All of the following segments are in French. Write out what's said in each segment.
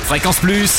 Fréquence Plus,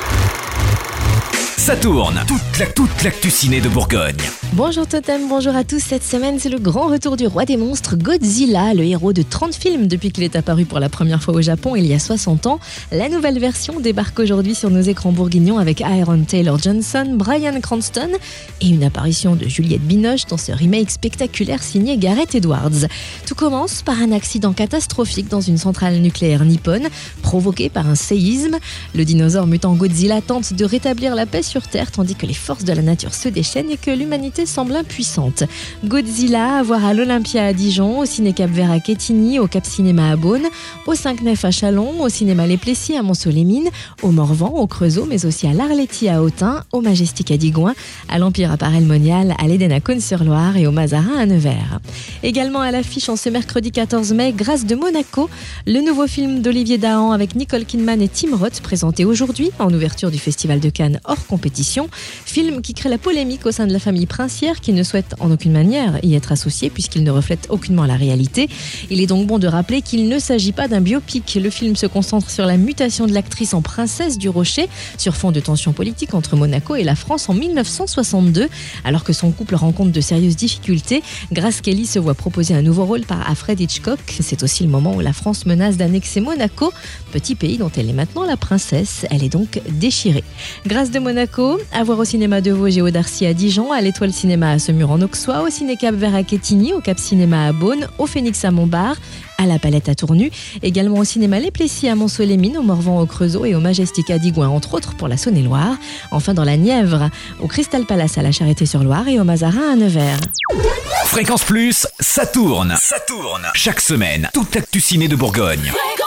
ça tourne. Toute l'actu ciné de Bourgogne. Bonjour Totem, bonjour à tous. Cette semaine, c'est le grand retour du roi des monstres, Godzilla, le héros de 30 films depuis qu'il est apparu pour la première fois au Japon il y a 60 ans. La nouvelle version débarque aujourd'hui sur nos écrans bourguignons avec Aaron Taylor-Johnson, Bryan Cranston et une apparition de Juliette Binoche dans ce remake spectaculaire signé Gareth Edwards. Tout commence par un accident catastrophique dans une centrale nucléaire nippone, provoqué par un séisme. Le dinosaure mutant Godzilla tente de rétablir la paix sur Terre tandis que les forces de la nature se déchaînent et que l'humanité semble impuissante. Godzilla à voir à l'Olympia à Dijon, au Ciné Cap Vert à Quetigny, au Cap Cinéma à Beaune, au 5 Nef à Châlons, au Cinéma Les Plessis à Montceau-les-Mines, au Morvan, au Creusot, mais aussi à l'Arletti à Autun, au Majestic à Digoin, à l'Empire à Paray-le-Monial, à l'Éden à Cosne-sur-Loire et au Mazarin à Nevers. Également à l'affiche en ce mercredi 14 mai, Grâce de Monaco, le nouveau film d'Olivier Dahan avec Nicole Kidman et Tim Roth, présenté aujourd'hui en ouverture du Festival de Cannes hors compétition. Film qui crée la polémique au sein de la famille princière qui ne souhaite en aucune manière y être associée puisqu'il ne reflète aucunement la réalité. Il est donc bon de rappeler qu'il ne s'agit pas d'un biopic. Le film se concentre sur la mutation de l'actrice en princesse du Rocher sur fond de tensions politiques entre Monaco et la France en 1962. Alors que son couple rencontre de sérieuses difficultés, Grace Kelly se voit proposer un nouveau rôle par Alfred Hitchcock. C'est aussi le moment où la France menace d'annexer Monaco, petit pays dont elle est maintenant la princesse. Elle est donc déchirée. Grâce de Monaco, à voir au cinéma de Vosges et au Darcy à Dijon, à l'Étoile Cinéma à Semur en Auxois, au Ciné Cap Vert à Quetigny, au Cap Cinéma à Beaune, au Phénix à Montbard, à la Palette à Tournu, également au Cinéma Les Plessis à Montceau-les-Mines, au Morvan au Creusot et au Majestic à Digoin, entre autres pour la Saône-et-Loire. Enfin dans la Nièvre, au Crystal Palace à la Charité-sur-Loire et au Mazarin à Nevers. Fréquence Plus, ça tourne. Chaque semaine, toute l'actu ciné de Bourgogne.